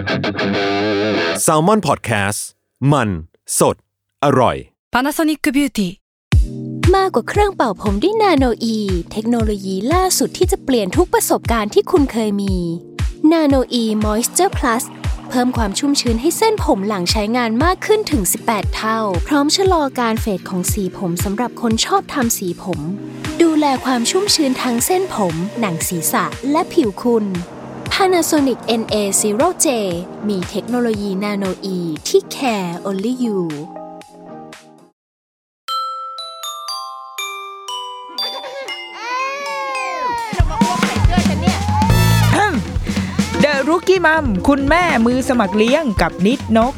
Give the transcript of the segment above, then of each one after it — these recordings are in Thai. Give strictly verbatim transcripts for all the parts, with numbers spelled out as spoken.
Salmon Podcast มันสดอร่อย Panasonic Beauty มากกว่าเครื่องเป่าผมด้วยนาโนอีเทคโนโลยีล่าสุดที่จะเปลี่ยนทุกประสบการณ์ที่คุณเคยมีนาโนอีมอยส์เจอร์พลัสเพิ่มความชุ่มชื้นให้เส้นผมหลังใช้งานมากขึ้นถึงสิบแปดเท่าพร้อมชะลอการเฟดของสีผมสำหรับคนชอบทำสีผมดูแลความชุ่มชื้นทั้งเส้นผมหนังศีรษะและผิวคุณ Panasonic เอ็น เอ ศูนย์ เจ มีเทคโนโลยีนาโนอีที่ care only you The Rookie Mom คุณแม่มือสมัครเลี้ยงกับนิดนก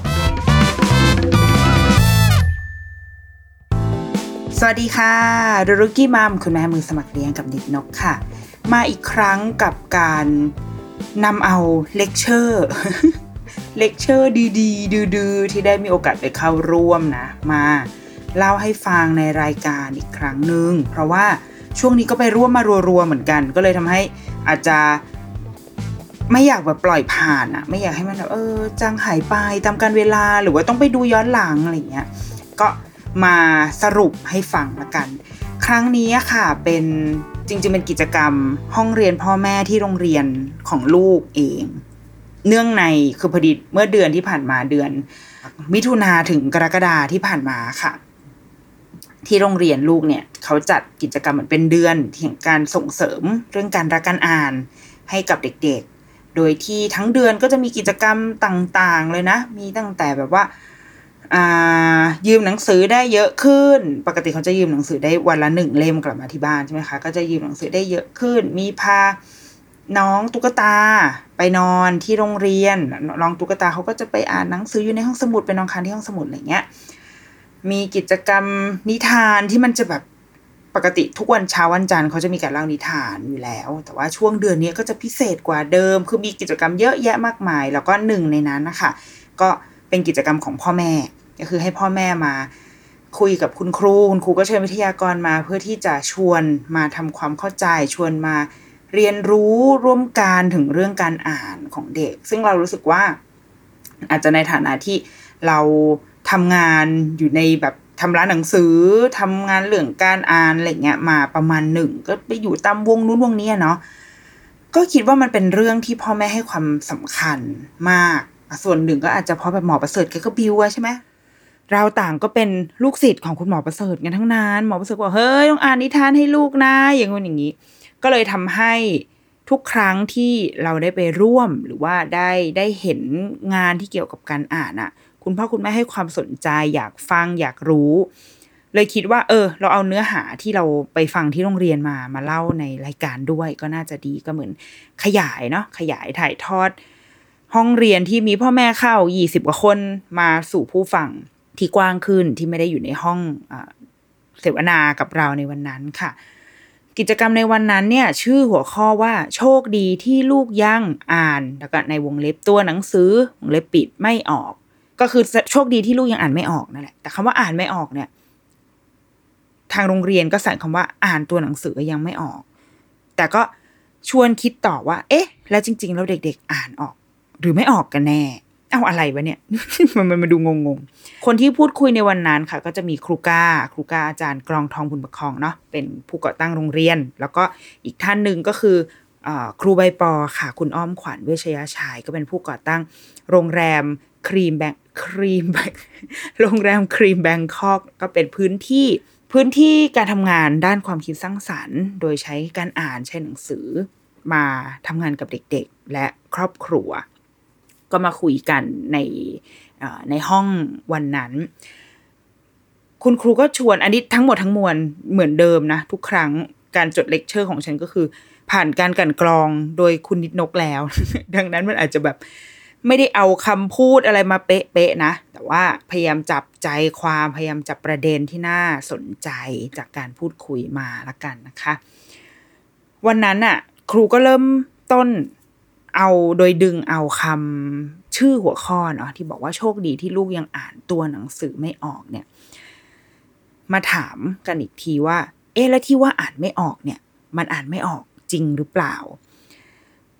สวัสดีค่ะ The Rookie Mom คุณแม่มือสมัครเลี้ยงกับนิดนกค่ะมาอีกครั้งกับการนำเอาเลคเชอร์เลคเชอร์ดีๆดื้อๆที่ได้มีโอกาสไปเข้าร่วมนะมาเล่าให้ฟังในรายการอีกครั้งนึงเพราะว่าช่วงนี้ก็ไปร่วมมารัวๆเหมือนกันก็เลยทำให้อาจจะไม่อยากแบบปล่อยผ่านอ่ะไม่อยากให้มันแบบเออจางหายไปตามกาลเวลาหรือว่าต้องไปดูย้อนหลังอะไรเงี้ยก็มาสรุปให้ฟังละกันครั้งนี้ค่ะเป็นจริงๆเป็นกิจกรรมห้องเรียนพ่อแม่ที่โรงเรียนของลูกเองเนื่องในคือพอดีเมื่อเดือนที่ผ่านมาเดือนมิถุนาถึงกรกฎาที่ผ่านมาค่ะที่โรงเรียนลูกเนี่ยเขาจัดกิจกรรมเหมือนเป็นเดือนแห่งการส่งเสริมเรื่องการรักการอ่านให้กับเด็กๆโดยที่ทั้งเดือนก็จะมีกิจกรรมต่างๆเลยนะมีตั้งแต่แบบว่าอ่ายืมหนังสือได้เยอะขึ้นปกติเขาจะยืมหนังสือได้วันละหนึ่งเล่มกลับมาที่บ้านใช่ไหมคะก็จะยืมหนังสือได้เยอะขึ้นมีพาน้องตุ๊กตาไปนอนที่โรงเรียนน้องตุ๊กตาเขาก็จะไปอ่านหนังสืออยู่ในห้องสมุดไปนอนค้างที่ห้องสมุดอะไรเงี้ยมีกิจกรรมนิทานที่มันจะแบบปกติทุกวันเช้าวันจันทร์เขาจะมีการเล่านิทานอยู่แล้วแต่ว่าช่วงเดือนนี้ก็จะพิเศษกว่าเดิมคือมีกิจกรรมเยอะแยะมากมายแล้วก็หนึ่งในนั้นนะคะก็เป็นกิจกรรมของพ่อแม่ก็คือให้พ่อแม่มาคุยกับคุณครูคุณครูก็เชิญวิทยากรมาเพื่อที่จะชวนมาทำความเข้าใจชวนมาเรียนรู้ร่วมกันถึงเรื่องการอ่านของเด็กซึ่งเรารู้สึกว่าอาจจะในฐานะที่เราทำงานอยู่ในแบบทำร้านหนังสือทำงานเรื่องการอ่านอะไรเงี้ยมาประมาณหนึ่งก็ไปอยู่ตามวงนู้นวงนี้เนาะก็คิดว่ามันเป็นเรื่องที่พ่อแม่ให้ความสำคัญมากส่วนหนึ่งก็อาจจะเพราะแบบหมอประเสริฐแกก็บิวอะใช่ไหมเราต่างก็เป็นลูกศิษย์ของคุณหมอประเสริฐกันทั้งนั้นหมอประเสริฐบอกเฮ้ยต้องอ่านนิทานให้ลูกนะอย่างงี้อย่างนี้ก็เลยทำให้ทุกครั้งที่เราได้ไปร่วมหรือว่าได้ได้เห็นงานที่เกี่ยวกับการอ่านอะคุณพ่อคุณแม่ให้ความสนใจอยากฟังอยากรู้เลยคิดว่าเออเราเอาเนื้อหาที่เราไปฟังที่โรงเรียนมามาเล่าในรายการด้วยก็น่าจะดีก็เหมือนขยายเนาะขยายถ่ายทอดห้องเรียนที่มีพ่อแม่เข้ายี่สิบกว่าคนมาสู่ผู้ฟังที่กว้างขึ้นที่ไม่ได้อยู่ในห้องอ่าเสวนากับเราในวันนั้นค่ะกิจกรรมในวันนั้นเนี่ยชื่อหัวข้อว่าโชคดีที่ลูกยังอ่านแล้วก็ในวงเล็บตัวหนังสือวงเล็บปิดไม่ออกก็คือโชคดีที่ลูกยังอ่านไม่ออกนั่นแหละแต่คำว่าอ่านไม่ออกเนี่ยทางโรงเรียนก็ใส่คำว่าอ่านตัวหนังสือยังไม่ออกแต่ก็ชวนคิดต่อว่าเอ๊ะแล้วจริงๆแล้วเด็กๆอ่านออกหรือไม่ออกกันแน่เอาอะไรวะเนี่ย มันมันมาดูงงๆคนที่พูดคุยในวันนั้นค่ะก็จะมีครูก้าครูก้าอาจารย์กรองทองบุญประคองเนาะเป็นผู้ก่อตั้งโรงเรียนแล้วก็อีกท่านนึงก็คือครูใบปอค่ะคุณอ้อมขวัญเวชยชัยก็เป็นผู้ก่อตั้งโรงแรมครีมแบงครีมแบงโรงแรมครีมแบงคอกก็เป็นพื้นที่พื้นที่การทำงานด้านความคิดสร้างสรรค์โดยใช้การอ่านใช้หนังสือมาทำงานกับเด็กๆและครอบครัวก็มาคุยกันในในห้องวันนั้นคุณครูก็ชวนอันนี้ทั้งหมดทั้งมวลเหมือนเดิมนะทุกครั้งการจดเลคเชอร์ของฉันก็คือผ่านการกลั่นกรองโดยคุณนิดนกแล้ว ดังนั้นมันอาจจะแบบไม่ได้เอาคำพูดอะไรมาเป๊ะๆนะแต่ว่าพยายามจับใจความพยายามจับประเด็นที่น่าสนใจจากการพูดคุยมาละกันนะคะวันนั้นน่ะครูก็เริ่มต้นเอาโดยดึงเอาคำชื่อหัวข้อเนาะที่บอกว่าโชคดีที่ลูกยังอ่านตัวหนังสือไม่ออกเนี่ยมาถามกันอีกทีว่าเอ๊ะแล้วที่ว่าอ่านไม่ออกเนี่ยมันอ่านไม่ออกจริงหรือเปล่า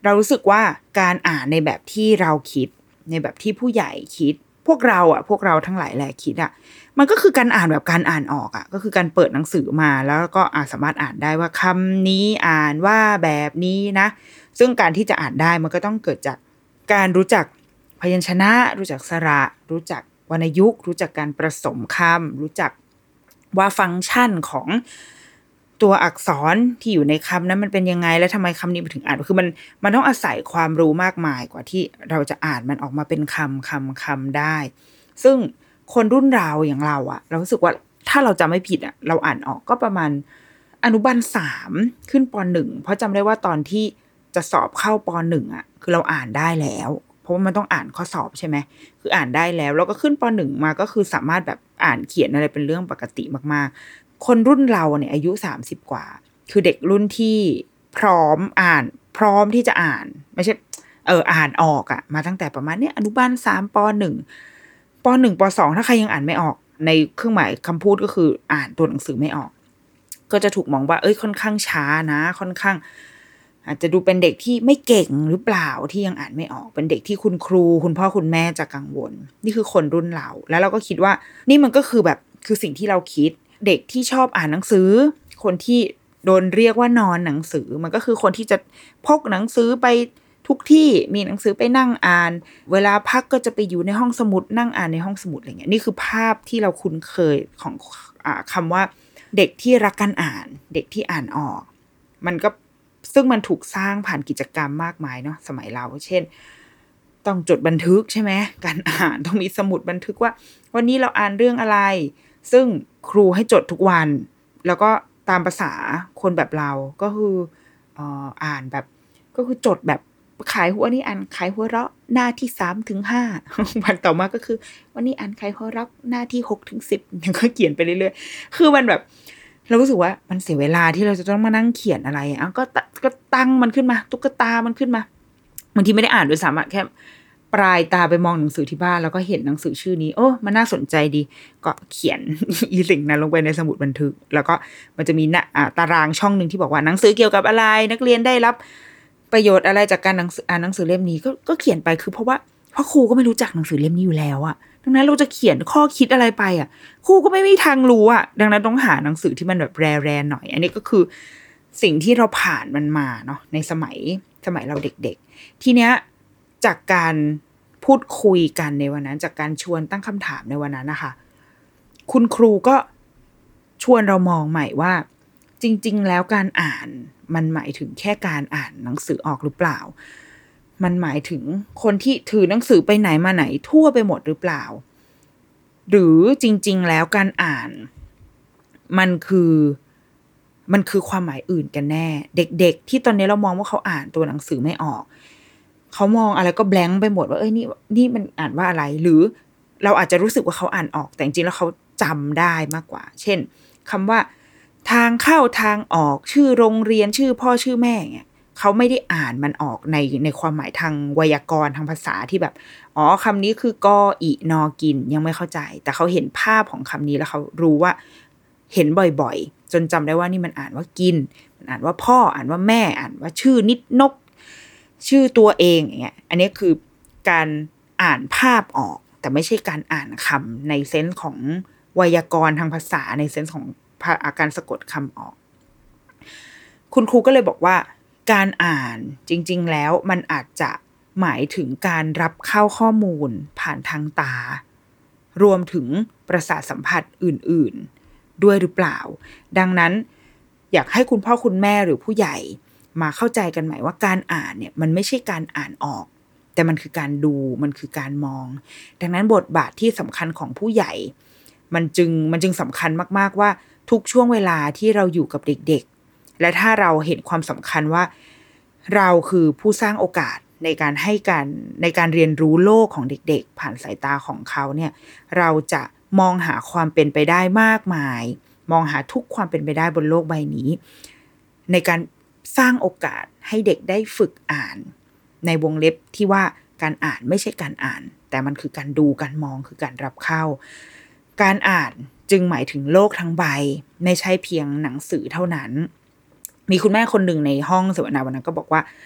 เรารู้สึกว่าการอ่านในแบบที่เราคิดในแบบที่ผู้ใหญ่คิดพวกเราอ่ะพวกเราทั้งหลายแหละคิดอ่ะมันก็คือการอ่านแบบการอ่านออกอ่ะก็คือการเปิดหนังสือมาแล้วก็อาจสามารถอ่านได้ว่าคำนี้อ่านว่าแบบนี้นะซึ่งการที่จะอ่านได้มันก็ต้องเกิดจากการรู้จักพยัญชนะรู้จักสระรู้จักวรรณยุกต์รู้จักการผสมคำรู้จักว่าฟังก์ชันของตัวอักษรที่อยู่ในคำนั้นมันเป็นยังไงและทำไมคำนี้มันถึงอ่านคือมันมันต้องอาศัยความรู้มากมายกว่าที่เราจะอ่านมันออกมาเป็นคำคำคำได้ซึ่งคนรุ่นเราอย่างเราอะเรารู้สึกว่าถ้าเราจำไม่ผิดอะเราอ่านออกก็ประมาณอนุบาลสามขึ้นปหนึ่งเพราะจำได้ว่าตอนที่จะสอบเข้าปหนึ่งอะคือเราอ่านได้แล้วเพราะว่ามันต้องอ่านข้อสอบใช่ไหมคืออ่านได้แล้วแล้วก็ขึ้นปหนึ่งมาก็คือสามารถแบบอ่านเขียนอะไรเป็นเรื่องปกติมากๆคนรุ่นเราเนี่ยอายุสามสิบกว่าคือเด็กรุ่นที่พร้อมอ่านพร้อมที่จะอ่านไม่ใช่เอออ่านออกอะมาตั้งแต่ประมาณเนี้ยอนุบาลสามปหนึ่งปหนึ่งปสองถ้าใครยังอ่านไม่ออกในเครื่องหมายคำพูดก็คืออ่านตัวหนังสือไม่ออกก็จะถูกมองว่าเอ้ยค่อนข้างช้านะค่อนข้างอาจจะดูเป็นเด็กที่ไม่เก่งหรือเปล่าที่ยังอ่านไม่ออกเป็นเด็กที่คุณครูคุณพ่อคุณแม่จะกังวลนี่คือคนรุ่นเราแล้วเราก็คิดว่านี่มันก็คือแบบคือสิ่งที่เราคิดเด็กที่ชอบอ่านหนังสือคนที่โดนเรียกว่านอนหนังสือมันก็คือคนที่จะพกหนังสือไปทุกที่มีหนังสือไปนั่งอ่านเวลาพักก็จะไปอยู่ในห้องสมุดนั่งอ่านในห้องสมุดอะไรเงี้ยนี่คือภาพที่เราคุ้นเคยของอ่าคำว่าเด็กที่รักการอ่านเด็กที่อ่านออกมันก็ซึ่งมันถูกสร้างผ่านกิจกรรมมากมายเนาะสมัยเราเช่นต้องจดบันทึกใช่ไหมการอ่านต้องมีสมุดบันทึกว่าวันนี้เราอ่านเรื่องอะไรซึ่งครูให้จดทุกวันแล้วก็ตามภาษาคนแบบเราก็คือเอ่ออ่านแบบก็คือจดแบบขายหัวนี่อ่านขายหัวเราะหน้าที่สามถึงห้าวันต่อมาก็คือวันนี้อ่านขายหัวเราะหน้าที่หกถึงสิบยังก็เขียนไปเรื่อยๆคือมันแบบเรารู้สึกว่ามันเสียเวลาที่เราจะต้องมานั่งเขียนอะไรอ่ะก็ก็ตั้งมันขึ้นมาตุ๊กตามันขึ้นมาบางทีไม่ได้อ่านด้วยซ้ำแค่ปลายตาไปมองหนังสือที่บ้านแล้วก็เห็นหนังสือชื่อนี้โอ้มันน่าสนใจดีก็เขียน อีสิ่งนั้นลงไปในสมุดบันทึกแล้วก็มันจะมีหน้าตารางช่องนึงที่บอกว่าหนังสือเกี่ยวกับอะไรนักเรียนได้รับประโยชน์อะไรจากการอ่านหนังสือเล่มนี้ก็ก็เขียนไปคือเพราะว่าเพราะครูก็ไม่รู้จักหนังสือเล่มนี้อยู่แล้วอะดังนั้นเราจะเขียนข้อคิดอะไรไปอะครูก็ไม่มีทางรู้อะดังนั้นต้องหาหนังสือที่มันแบบแรๆหน่อยอันนี้ก็คือสิ่งที่เราผ่านมันมาเนาะในสมัยสมัยเราเด็กๆทีเนี้ยจากการพูดคุยกันในวันนั้นจากการชวนตั้งคำถามในวันนั้นนะคะคุณครูก็ชวนเรามองใหม่ว่าจริงๆแล้วการอ่านมันหมายถึงแค่การอ่านหนังสือออกหรือเปล่ามันหมายถึงคนที่ถือหนังสือไปไหนมาไหนทั่วไปหมดหรือเปล่าหรือจริงๆแล้วการอ่านมันคือมันคือความหมายอื่นกันแน่เด็กๆที่ตอนนี้เรามองว่าเขาอ่านตัวหนังสือไม่ออกเขามองอะไรก็แบงค์ไปหมดว่าเอ้ยนี่นี่มันอ่านว่าอะไรหรือเราอาจจะรู้สึกว่าเขาอ่านออกแต่จริงๆแล้วเขาจำได้มากกว่าเช่นคำว่าทางเข้าทางออกชื่อโรงเรียนชื่อพ่อชื่อแม่เงี้ยเขาไม่ได้อ่านมันออกในในความหมายทางไวยากรณ์ทางภาษาที่แบบอ๋อคำนี้คือกออินอกินยังไม่เข้าใจแต่เขาเห็นภาพของคำนี้แล้วเขารู้ว่าเห็นบ่อยๆจนจำได้ว่านี่มันอ่านว่ากินมันอ่านว่าพ่ออ่านว่าแม่อ่านว่าชื่อนิดนกชื่อตัวเองอย่างเงี้ยอันนี้คือการอ่านภาพออกแต่ไม่ใช่การอ่านคำในเซนส์ของไวยากรณ์ทางภาษาในเซนส์ของการสะกดคำออกคุณครูก็เลยบอกว่าการอ่านจริงๆแล้วมันอาจจะหมายถึงการรับเข้าข้อมูลผ่านทางตารวมถึงประสาทสัมผัสอื่นๆด้วยหรือเปล่าดังนั้นอยากให้คุณพ่อคุณแม่หรือผู้ใหญ่มาเข้าใจกันใหม่ว่าการอ่านเนี่ยมันไม่ใช่การอ่านออกแต่มันคือการดูมันคือการมองดังนั้นบทบาทที่สำคัญของผู้ใหญ่มันจึงมันจึงสำคัญมากๆว่าทุกช่วงเวลาที่เราอยู่กับเด็กๆและถ้าเราเห็นความสำคัญว่าเราคือผู้สร้างโอกาสในการให้การในการเรียนรู้โลกของเด็กๆผ่านสายตาของเขาเนี่ยเราจะมองหาความเป็นไปได้มากมายมองหาทุกความเป็นไปได้บนโลกใบนี้ในการสร้างโอกาสให้เด็กได้ฝึกอ่านในวงเล็บที่ว่าการอ่านไม่ใช่การอ่านแต่มันคือการดูการมองคือการรับเข้าการอ่านจึงหมายถึงโลกทั้งใบไม่ใช่เพียงหนังสือเท่านั้นมีคุณแม่คนหนึ่งในห้องเสวนาวันนั้นก็บอกว่า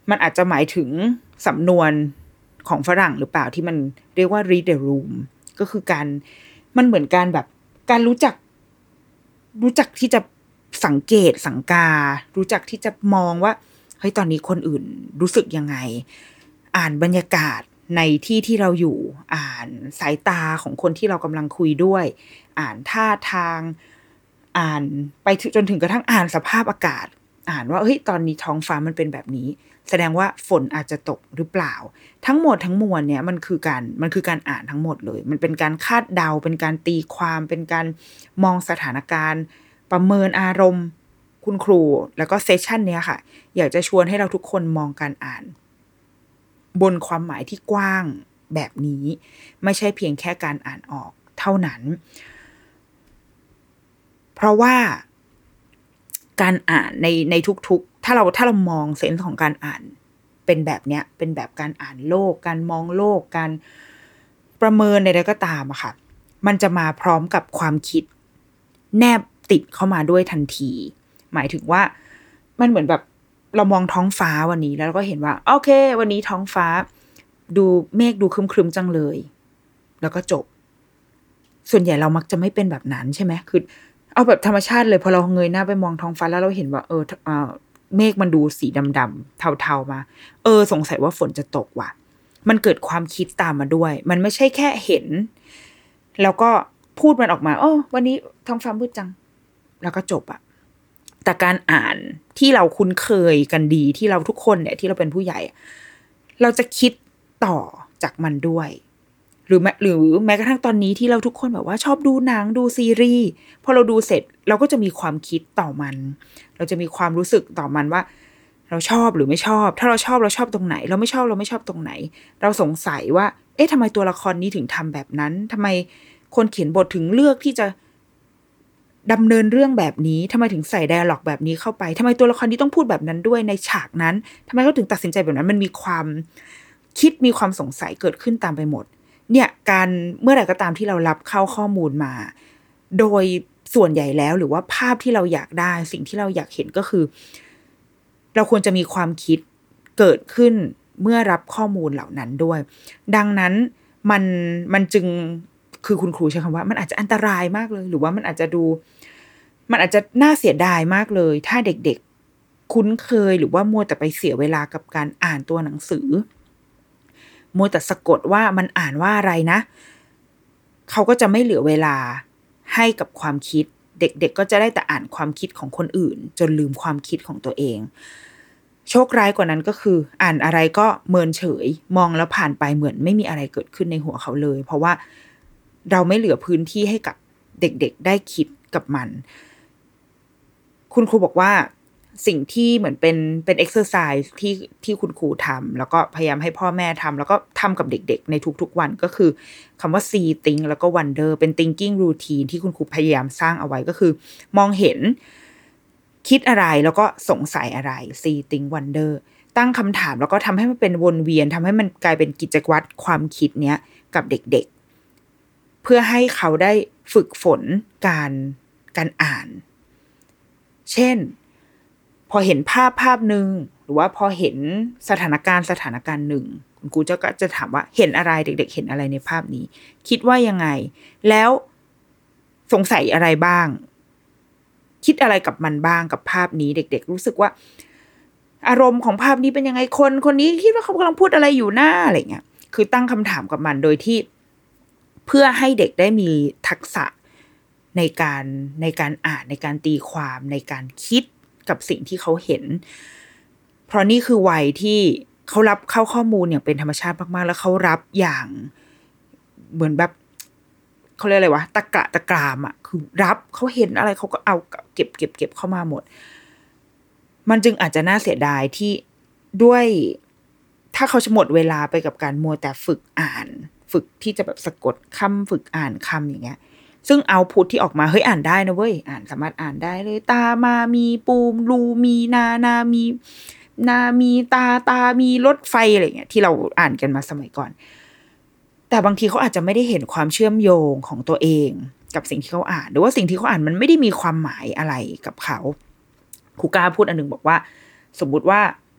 มันอาจจะหมายถึงสำนวนของฝรั่งหรือเปล่าที่มันเรียกว่า read the room ก็คือการมันเหมือนการแบบการรู้จักรู้จักที่จะสังเกตสังการู้จักที่จะมองว่าเฮ้ยตอนนี้คนอื่นรู้สึกยังไงอ่านบรรยากาศในที่ที่เราอยู่อ่านสายตาของคนที่เรากำลังคุยด้วยอ่านท่าทางอ่านไปจนถึงกระทั่งอ่านสภาพอากาศอ่านว่าเฮ้ยตอนนี้ท้องฟ้ามันเป็นแบบนี้แสดงว่าฝนอาจจะตกหรือเปล่าทั้งหมดทั้งมวลเนี่ยมันคือการมันคือการอ่านทั้งหมดเลยมันเป็นการคาดเดาเป็นการตีความเป็นการมองสถานการณ์ประเมินอารมณ์คุณครูแล้วก็เซสชันเนี้ยค่ะอยากจะชวนให้เราทุกคนมองการอ่านบนความหมายที่กว้างแบบนี้ไม่ใช่เพียงแค่การอ่านออกเท่านั้นเพราะว่าการอ่านในในทุกๆถ้าเราถ้าเรามองเซนส์ของการอ่านเป็นแบบเนี้ยเป็นแบบการอ่านโลกการมองโลกการประเมินใดๆก็ตามอะค่ะมันจะมาพร้อมกับความคิดแนบติดเข้ามาด้วยทันทีหมายถึงว่ามันเหมือนแบบเรามองท้องฟ้าวันนี้แล้วเราก็เห็นว่าโอเควันนี้ท้องฟ้าดูเมฆดูครึมๆจังเลยแล้วก็จบส่วนใหญ่เรามักจะไม่เป็นแบบนั้นใช่ไหมคือเอาแบบธรรมชาติเลยพอเราเงยหน้าไปมองท้องฟ้าแล้วเราเห็นว่าเออเออเมฆมันดูสีดำๆเทาๆมาเออสงสัยว่าฝนจะตกว่ะมันเกิดความคิดตามมาด้วยมันไม่ใช่แค่เห็นแล้วก็พูดมันออกมาโอ้วันนี้ท้องฟ้ามืดจังแล้วก็จบอะแต่การอ่านที่เราคุ้นเคยกันดีที่เราทุกคนเนี่ยที่เราเป็นผู้ใหญ่เราจะคิดต่อจากมันด้วยหรือแม้หรือแม้กระทั่งตอนนี้ที่เราทุกคนแบบว่าชอบดูหนังดูซีรีส์พอเราดูเสร็จเราก็จะมีความคิดต่อมันเราจะมีความรู้สึกต่อมันว่าเราชอบหรือไม่ชอบถ้าเราชอบเราชอบตรงไหนเราไม่ชอบเราไม่ชอบตรงไหนเราสงสัยว่าเอ๊ะทำไมตัวละครนี้ถึงทำแบบนั้นทำไมคนเขียนบทถึงเลือกที่จะดำเนินเรื่องแบบนี้ทำไมถึงใส่ไดอะล็อกแบบนี้เข้าไปทำไมตัวละครนี้ต้องพูดแบบนั้นด้วยในฉากนั้นทำไมเขาถึงตัดสินใจแบบนั้นมันมีความคิดมีความสงสัยเกิดขึ้นตามไปหมดเนี่ยการเมื่อไหร่ก็ตามที่เรารับเข้าข้อมูลมาโดยส่วนใหญ่แล้วหรือว่าภาพที่เราอยากได้สิ่งที่เราอยากเห็นก็คือเราควรจะมีความคิดเกิดขึ้นเมื่อรับข้อมูลเหล่านั้นด้วยดังนั้นมันมันจึงคือคุณครูใช้คำว่ามันอาจจะอันตรายมากเลยหรือว่ามันอาจจะดูมันอาจจะน่าเสียดายมากเลยถ้าเด็กๆคุ้นเคยหรือว่ามัวแต่ไปเสียเวลากับการอ่านตัวหนังสือมัวแต่สะกดว่ามันอ่านว่าอะไรนะเขาก็จะไม่เหลือเวลาให้กับความคิดเด็กๆก็จะได้แต่อ่านความคิดของคนอื่นจนลืมความคิดของตัวเองโชคร้ายกว่านั้นก็คืออ่านอะไรก็เมินเฉยมองแล้วผ่านไปเหมือนไม่มีอะไรเกิดขึ้นในหัวเขาเลยเพราะว่าเราไม่เหลือพื้นที่ให้กับเด็กๆได้คิดกับมันคุณครูบอกว่าสิ่งที่เหมือนเป็นเป็น exercise ที่ที่คุณครูทำแล้วก็พยายามให้พ่อแม่ทำแล้วก็ทำกับเด็กๆในทุกๆวันก็คือคำว่า see think แล้วก็ wonder เป็น thinking routine ที่คุณครูพยายามสร้างเอาไว้ก็คือมองเห็นคิดอะไรแล้วก็สงสัยอะไร see think wonder ตั้งคำถามแล้วก็ทำให้มันเป็นวนเวียนทำให้มันกลายเป็นกิจวัตรความคิดเนี้ยกับเด็กๆเพื่อให้เขาได้ฝึกฝนการการอ่านเช่นพอเห็นภาพภาพหนึ่งหรือว่าพอเห็นสถานการณ์สถานการณ์หนึ่งคุณครูจะก็จะถามว่าเห็นอะไรเด็กๆเห็นอะไรในภาพนี้คิดว่ายังไงแล้วสงสัยอะไรบ้างคิดอะไรกับมันบ้างกับภาพนี้เด็กๆรู้สึกว่าอารมณ์ของภาพนี้เป็นยังไงคนคนนี้คิดว่าเขากำลังพูดอะไรอยู่หน้าอะไรเงี้ยคือตั้งคำถามกับมันโดยที่เพื่อให้เด็กได้มีทักษะในการในการอ่านในการตีความในการคิดกับสิ่งที่เขาเห็นเพราะนี่คือวัยที่เขารับเข้าข้อมูลอย่างเป็นธรรมชาติมากๆแล้วเขารับอย่างเหมือนแบบเขาเรียกอะไรวะตะกะตะกรามอ่ะคือรับเขาเห็นอะไรเขาก็เอาเก็บเก็บเก็บเข้ามาหมดมันจึงอาจจะน่าเสียดายที่ด้วยถ้าเขาจะหมดเวลาไปกับการมัวแต่ฝึกอ่านฝึกที่จะแบบสะกดคำฝึกอ่านคำอย่างเงี้ยซึ่งเอาพุทที่ออกมาเฮ้ยอ่านได้นะเว้ยอ่านสามารถอ่านได้เลยตามามีปูมรูมีนานามีนามีตาตามีรถไฟอะไรเงี้ยที่เราอ่านกันมาสมัยก่อนแต่บางทีเขาอาจจะไม่ได้เห็นความเชื่อมโยงของตัวเองกับสิ่งที่เขาอ่านหรือว่าสิ่งที่เขาอ่านมันไม่ได้มีความหมายอะไรกับเขาครูกาพูดอันนึงบอกว่าสมมุติว่าเ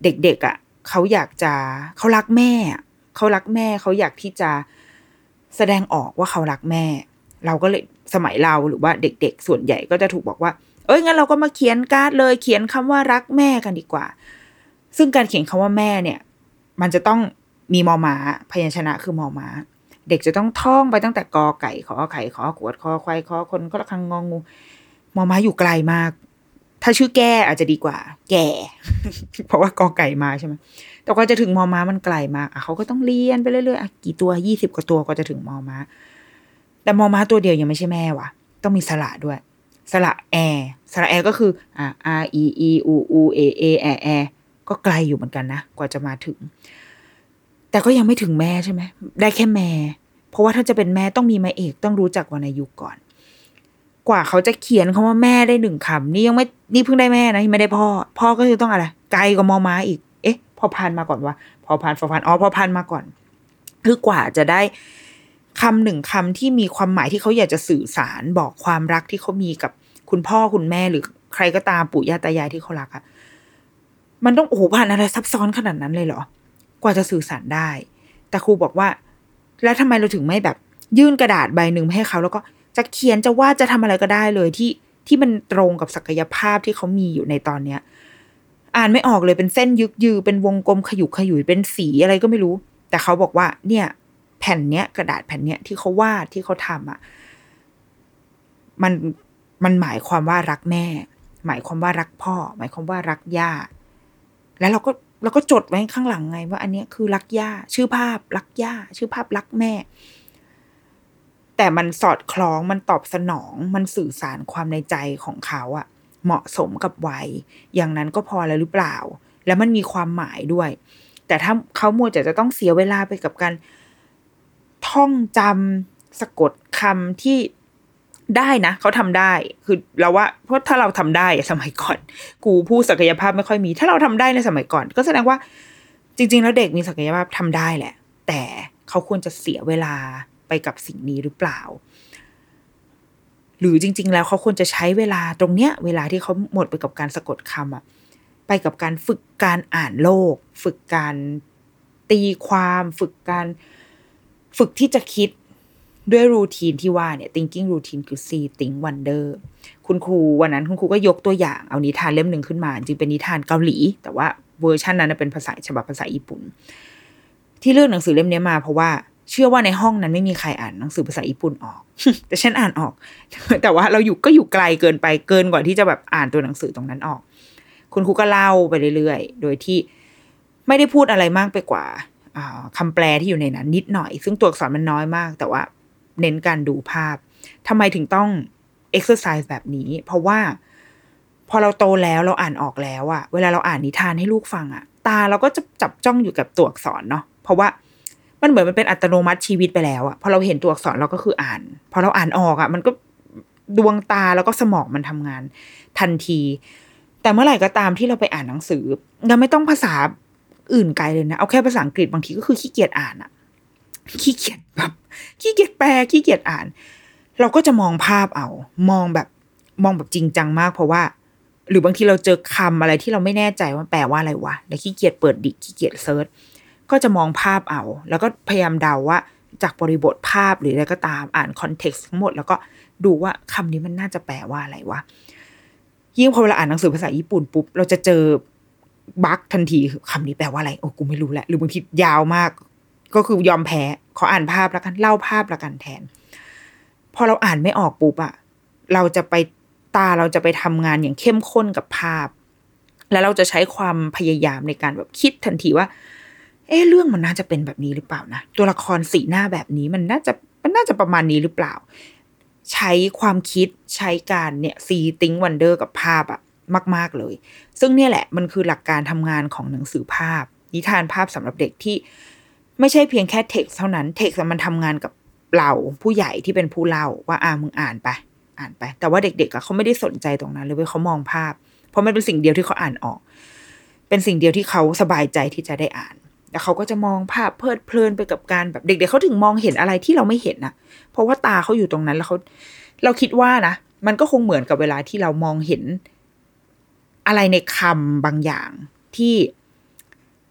เด็กๆอ่ะเขาอยากจะเขารักแม่เขารักแม่เขาอยากที่จะแสดงออกว่าเขารักแม่เราก็เลยสมัยเราหรือว่าเด็กๆส่วนใหญ่ก็จะถูกบอกว่าเอ้ยงั้นเราก็มาเขียนการ์ดเลยเขียนคำว่ารักแม่กันดีกว่าซึ่งการเขียนคำว่าแม่เนี่ยมันจะต้องมีมอม้าพยัญชนะคือมอม้าเด็กจะต้องท่องไปตั้งแต่กอไก่ขอไข่ขอขวดคอควายคอคนก็ระฆังงองูมอม้าอยู่ไกลมากถ้าชื่อแก้อาจจะดีกว่าแก่ เพราะว่ากอไก่มาใช่ไหมแต่ก็จะถึงมอม้ามันไกลมากอ่ะเขาก็ต้องเรียนไปเรื่อยๆอ่ะกี่ตัวยี่สิบกว่าตัวก็จะถึงมอม้าแต่มอม้าตัวเดียวยังไม่ใช่แม่ว่ะต้องมีสระด้วยสระแอสระแอก็คืออ่ะ r e e u u a a แอแอก็ไกลอยู่เหมือนกันนะกว่าจะมาถึงแต่ก็ยังไม่ถึงแม่ใช่ไหมได้แค่แม่เพราะว่าถ้าจะเป็นแม่ต้องมีมาเอกต้องรู้จักวรรณยุกต์ก่อนกว่าเขาจะเขียนคำว่าแม่ได้หนึ่งคำนี่ยังไม่นี่เพิ่งได้แม่นะยังไม่ได้พ่อพ่อก็คือต้องอะไรไกลกว่ามอม้าอีกเอ๊ะพอพานมาก่อนวะพอพานฟอพานอ๋อพอพานมาก่อนคือกว่าจะได้คำหนึ่งคำที่มีความหมายที่เขาอยากจะสื่อสารบอกความรักที่เขามีกับคุณพ่อคุณแม่หรือใครก็ตามปู่ย่าตายายที่เขารักอะมันต้องโอ้โหผ่านอะไรซับซ้อนขนาดนั้นเลยเหรอกว่าจะสื่อสารได้แต่ครูบอกว่าแล้วทำไมเราถึงไม่แบบยื่นกระดาษใบหนึ่งให้เขาแล้วก็จะเขียนจะวาดจะทำอะไรก็ได้เลยที่ที่มันตรงกับศักยภาพที่เขามีอยู่ในตอนเนี้ยอ่านไม่ออกเลยเป็นเส้นยึกยือเป็นวงกลมขยุกขยุยเป็นสีอะไรก็ไม่รู้แต่เขาบอกว่าเนี่ยแผ่นเนี้ยกระดาษแผ่นเนี้ยที่เขาวาดที่เขาทำอ่ะมันมันหมายความว่ารักแม่หมายความว่ารักพ่อหมายความว่ารักย่าแล้วเราก็เราก็จดไว้ข้างหลังไงว่าอันนี้คือรักย่าชื่อภาพรักย่าชื่อภาพรักแม่แต่มันสอดคล้องมันตอบสนองมันสื่อสารความในใจของเขาอะเหมาะสมกับวัยอย่างนั้นก็พอแล้วหรือเปล่าแล้วมันมีความหมายด้วยแต่ถ้าเขามัวแต่จะต้องเสียเวลาไปกับการท่องจำสะกดคำที่ได้นะเขาทำได้คือเราว่าเพราะถ้าเราทำได้สมัยก่อนกูพูดศักยภาพไม่ค่อยมีถ้าเราทำได้ในสมัยก่อนก็แสดงว่าจริงๆแล้วเด็กมีศักยภาพทำได้แหละแต่เขาควรจะเสียเวลาไปกับสิ่งนี้หรือเปล่าหรือจริงๆแล้วเขาควรจะใช้เวลาตรงเนี้ยเวลาที่เขาหมดไปกับการสะกดคำอะไปกับการฝึกการอ่านโลกฝึกการตีความฝึกการฝึกที่จะคิดด้วยรูทีนที่ว่าเนี่ย thinking routine คือ see think wonder คุณครูวันนั้นคุณครูก็ยกตัวอย่างเอานิทานเล่มหนึ่งขึ้นมาจริงเป็นนิทานเกาหลีแต่ว่าเวอร์ชันนั้นเป็นภาษาฉบับภาษาญี่ปุ่นที่เลือกหนังสือเล่มนี้มาเพราะว่าเชื่อว่าในห้องนั้นไม่มีใครอ่านหนังสือภาษาญี่ปุ่นออก แต่ฉันอ่านออก แต่ว่าเราอยู่ก็อยู่ไกลเกินไปเกินกว่าที่จะแบบอ่านตัวหนังสือตรงนั้นออกคุณครูก็เล่าไปเรื่อยๆโดยที่ไม่ได้พูดอะไรมากไปกว่าคำแปลที่อยู่ในนั้นนิดหน่อยซึ่งตัวอักษรมันน้อยมากแต่ว่าเน้นการดูภาพทำไมถึงต้อง exercise แบบนี้เพราะว่าพอเราโตแล้วเราอ่านออกแล้วอะเวลาเราอ่านนิทานให้ลูกฟังอะตาเราก็จะจับจ้องอยู่กับตัวอักษรเนาะเพราะว่ามันเหมือนมันเป็นอัตโนมัติชีวิตไปแล้วอะพอเราเห็นตัวอักษรเราก็คืออ่านพอเราอ่านออกอะมันก็ดวงตาแล้วก็สมองมันทำงานทันทีแต่เมื่อไหร่ก็ตามที่เราไปอ่านหนังสือเราไม่ต้องภาษาอื่นไกลเลยนะเอาแค่ภาษาอังกฤษบางทีก็คือขี้เกียจอ่านอะขี้เกียจแบบขี้เกียจแปลขี้เกียจอ่านเราก็จะมองภาพเอามองแบบมองแบบจริงจังมากเพราะว่าหรือบางทีเราเจอคำอะไรที่เราไม่แน่ใจว่าแปลว่าอะไรวะแล้วขี้เกียจเปิดดิขี้เกียจเซิร์ชก็จะมองภาพเอาแล้วก็พยายามเดาว่าจากบริบทภาพหรืออะไรก็ตามอ่านคอนเท็กซ์ทั้งหมดแล้วก็ดูว่าคำนี้มันน่าจะแปลว่าอะไรวะยิ่งพอเวลาอ่านหนังสือภาษาญี่ปุ่นปุ๊บเราจะเจอบั๊กทันทีคำนี้แปลว่าอะไรโอ้กูไม่รู้แหละหรือบางทียาวมากก็คือยอมแพ้ขออ่านภาพแล้วกันเล่าภาพแล้วกันแทนพอเราอ่านไม่ออกปุ๊บอะเราจะไปตาเราจะไปทำงานอย่างเข้มข้นกับภาพแล้วเราจะใช้ความพยายามในการแบบคิดทันทีว่าเอ๊ะเรื่องมันน่าจะเป็นแบบนี้หรือเปล่านะตัวละครสีหน้าแบบนี้มันน่าจะมันน่าจะประมาณนี้หรือเปล่าใช้ความคิดใช้การเนี่ย see think wonder กับภาพอะมากๆเลยซึ่งเนี่ยแหละมันคือหลักการทำงานของหนังสือภาพนิทานภาพสำหรับเด็กที่ไม่ใช่เพียงแค่เท็กซ์เท่านั้นเท็กซ์มันทำงานกับเราผู้ใหญ่ที่เป็นผู้เล่าว่าอ่ามึงอ่านไปอ่านไปแต่ว่าเด็กๆอะเขาไม่ได้สนใจตรงนั้นเลยเว้ยเขามองภาพเพราะมันเป็นสิ่งเดียวที่เขาอ่านออกเป็นสิ่งเดียวที่เขาสบายใจที่จะได้อ่านแล้วเขาก็จะมองภาพเพลิดเพลินไปกับการแบบเด็กๆเขาถึงมองเห็นอะไรที่เราไม่เห็นนะเพราะว่าตาเขาอยู่ตรงนั้นแล้วเขาเราคิดว่านะมันก็คงเหมือนกับเวลาที่เรามองเห็นอะไรในคำบางอย่างที่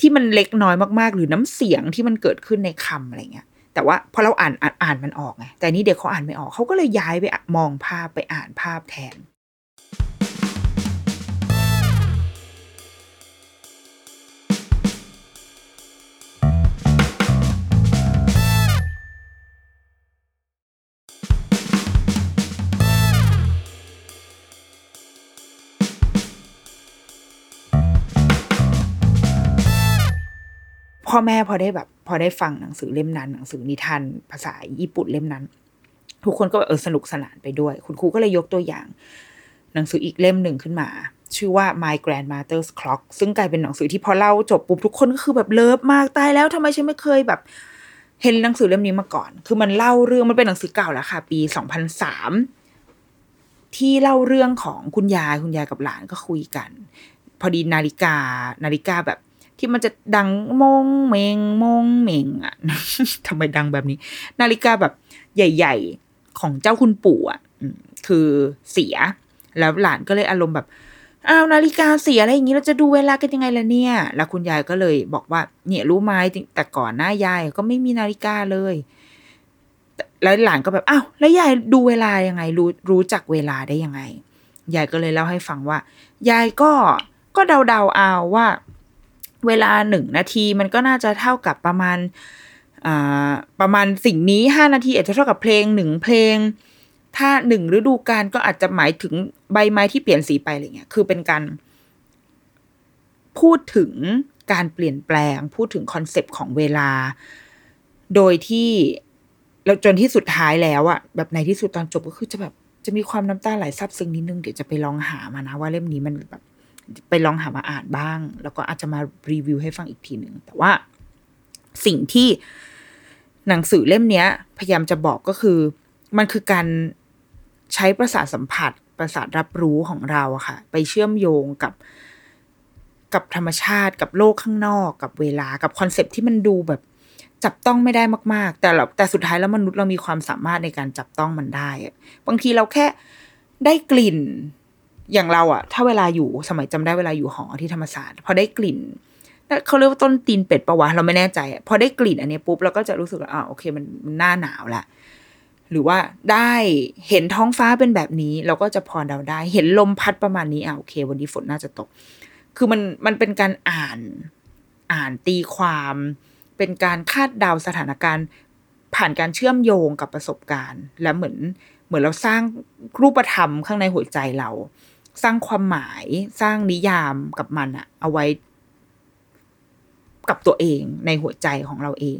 ที่มันเล็กน้อยมากๆหรือน้ำเสียงที่มันเกิดขึ้นในคำอะไรเงี้ยแต่ว่าพอเราอ่านอ่านอ่านมันออกไงแต่นี่เด็กเขาอ่านไม่ออกเขาก็เลยย้ายไปมองภาพไปอ่านภาพแทนพ่อแม่พอได้แบบพอได้ฟังหนังสือเล่มนั้นหนังสือนิทานภาษาญี่ปุ่นเล่มนั้นทุกคนก็เออสนุกสนานไปด้วยคุณครูก็เลยยกตัวอย่างหนังสืออีกเล่มหนึ่งขึ้นมาชื่อว่า My Grandmother's Clock ซึ่งกลายเป็นหนังสือที่พอเล่าจบปุ๊บทุกคนก็คือแบบเลิฟมากตายแล้วทำไมฉันไม่เคยแบบเห็นหนังสือเล่มนี้มาก่อนคือมันเล่าเรื่องมันเป็นหนังสือเก่าแล้วค่ะปีสองพันสามที่เล่าเรื่องของคุณยายคุณยายกับหลานก็คุยกันพอดีนาฬิกานาฬิกาแบบที่มันจะดังมงเมงมงเมงอ่ะ ทำไมดังแบบนี้นาฬิกาแบบใหญ่ๆของเจ้าคุณปู่อ่ะคือเสียแล้วหลานก็เลยอารมณ์แบบอ้าวนาฬิกาเสียอะไรอย่างงี้เราจะดูเวลากันยังไงล่ะเนี่ยแล้วคุณยายก็เลยบอกว่าเนี่ยรู้ไหมแต่ก่อนหน้ายายก็ไม่มีนาฬิกาเลยแล้วหลานก็แบบอ้าวแล้วยายดูเวลายังไงรู้รู้จักเวลาได้ยังไงยายก็เลยเล่าให้ฟังว่ายายก็ก็เดาๆเอาว่าเวลาหนึ่งนาทีมันก็น่าจะเท่ากับประมาณอ่าประมาณสิ่งนี้ห้านาทีอาจจะเท่ากับเพลงหนึ่งเพลงถ้าหนึ่งฤดูกาลก็อาจจะหมายถึงใบไม้ที่เปลี่ยนสีไปอะไรเงี้ยคือเป็นการพูดถึงการเปลี่ยนแปลงพูดถึงคอนเซปต์ของเวลาโดยที่แล้วจนที่สุดท้ายแล้วอะแบบในที่สุดตอนจบก็คือจะแบบจะมีความน้ำตาไหลซาบซึ้งนิดนึงเดี๋ยวจะไปลองหามานะว่าเล่มนี้มันแบบไปลองหามาอ่านบ้างแล้วก็อาจจะมารีวิวให้ฟังอีกทีนึงแต่ว่าสิ่งที่หนังสือเล่มนี้พยายามจะบอกก็คือมันคือการใช้ประสาทสัมผัสประสาทรับรู้ของเราอะค่ะไปเชื่อมโยงกับกับธรรมชาติกับโลกข้างนอกกับเวลากับคอนเซ็ปต์ที่มันดูแบบจับต้องไม่ได้มากๆแต่เราแต่สุดท้ายแล้วมนุษย์เรามีความสามารถในการจับต้องมันได้บางทีเราแค่ได้กลิ่นอย่างเราอะถ้าเวลาอยู่สมัยจำได้เวลาอยู่หอที่ธรรมศาสตร์พอได้กลิ่นเขาเรียกว่าต้นตีนเป็ดปะวะเราไม่แน่ใจพอได้กลิ่นอันนี้ปุ๊บเราก็จะรู้สึกว่าอ่าโอเคมันหน้าหนาวละหรือว่าได้เห็นท้องฟ้าเป็นแบบนี้เราก็จะพอเดาได้เห็นลมพัดประมาณนี้อ่าโอเควันนี้ฝนน่าจะตกคือมันมันเป็นการอ่านอ่านตีความเป็นการคาดเดาสถานการณ์ผ่านการเชื่อมโยงกับประสบการณ์และเหมือนเหมือนเราสร้างรูปธรรมข้างในหัวใจเราสร้างความหมายสร้างนิยามกับมันอะเอาไว้กับตัวเองในหัวใจของเราเอง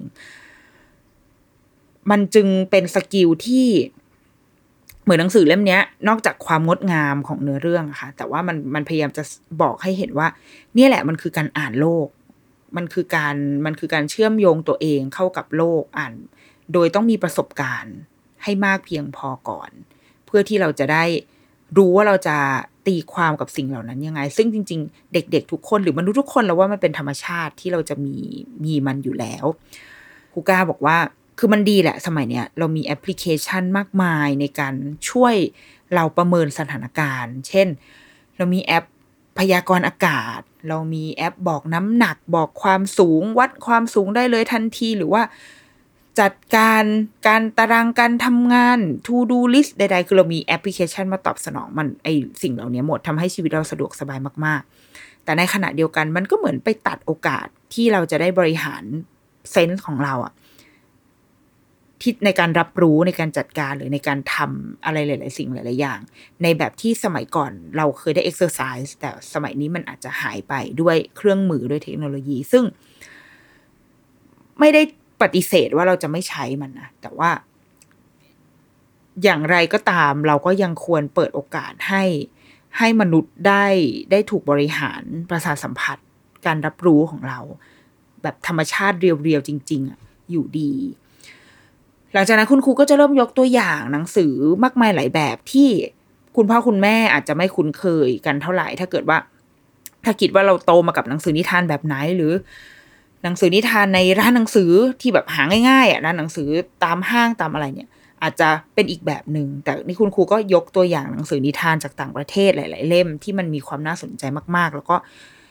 มันจึงเป็นสกิลที่เหมือนหนังสือเล่มนี้นอกจากความงดงามของเนื้อเรื่องอะค่ะแต่ว่ามันมันพยายามจะบอกให้เห็นว่านี่แหละมันคือการอ่านโลกมันคือการมันคือการเชื่อมโยงตัวเองเข้ากับโลกอ่านโดยต้องมีประสบการณ์ให้มากเพียงพอก่อนเพื่อที่เราจะได้รู้ว่าเราจะตีความกับสิ่งเหล่านั้นยังไงซึ่งจริงๆเด็กๆทุกคนหรือมนุษย์ทุกคนเราว่ามันเป็นธรรมชาติที่เราจะมีมีมันอยู่แล้วครูก้าบอกว่าคือมันดีแหละสมัยเนี้ยเรามีแอปพลิเคชันมากมายในการช่วยเราประเมินสถานการณ์เช่นเรามีแอปพยากรณ์อากาศเรามีแอปบอกน้ำหนักบอกความสูงวัดความสูงได้เลยทันทีหรือว่าจัดการการตารางการทำงาน to do list ใดๆคือเรามีแอปพลิเคชันมาตอบสนองมันไอสิ่งเหล่านี้หมดทำให้ชีวิตเราสะดวกสบายมากๆแต่ในขณะเดียวกันมันก็เหมือนไปตัดโอกาสที่เราจะได้บริหารเซนส์ของเราอะที่ในการรับรู้ในการจัดการหรือในการทำอะไรหลายๆสิ่งหลายๆอย่างในแบบที่สมัยก่อนเราเคยได้ exercise แต่สมัยนี้มันอาจจะหายไปด้วยเครื่องมือด้วยเทคโนโลยีซึ่งไม่ได้ปฏิเสธว่าเราจะไม่ใช้มันนะแต่ว่าอย่างไรก็ตามเราก็ยังควรเปิดโอกาสให้ให้มนุษย์ได้ได้ถูกบริหารประสาทสัมผัสการรับรู้ของเราแบบธรรมชาติเรียวๆจริงๆอ่ะอยู่ดีหลังจากนั้นคุณครูก็จะเริ่มยกตัวอย่างหนังสือมากมายหลายแบบที่คุณพ่อคุณแม่อาจจะไม่คุ้นเคยกันเท่าไหร่ถ้าเกิดว่าถ้าคิดว่าเราโตมากับหนังสือนิทานแบบไหนหรือหนังสือนิทานในร้านหนังสือที่แบบหาง่ายๆอ่ะร้านหนังสือตามห้างตามอะไรเนี่ยอาจจะเป็นอีกแบบนึงแต่นี่คุณครูก็ยกตัวอย่างหนังสือนิทานจากต่างประเทศหลายๆเล่มที่มันมีความน่าสนใจมากๆแล้วก็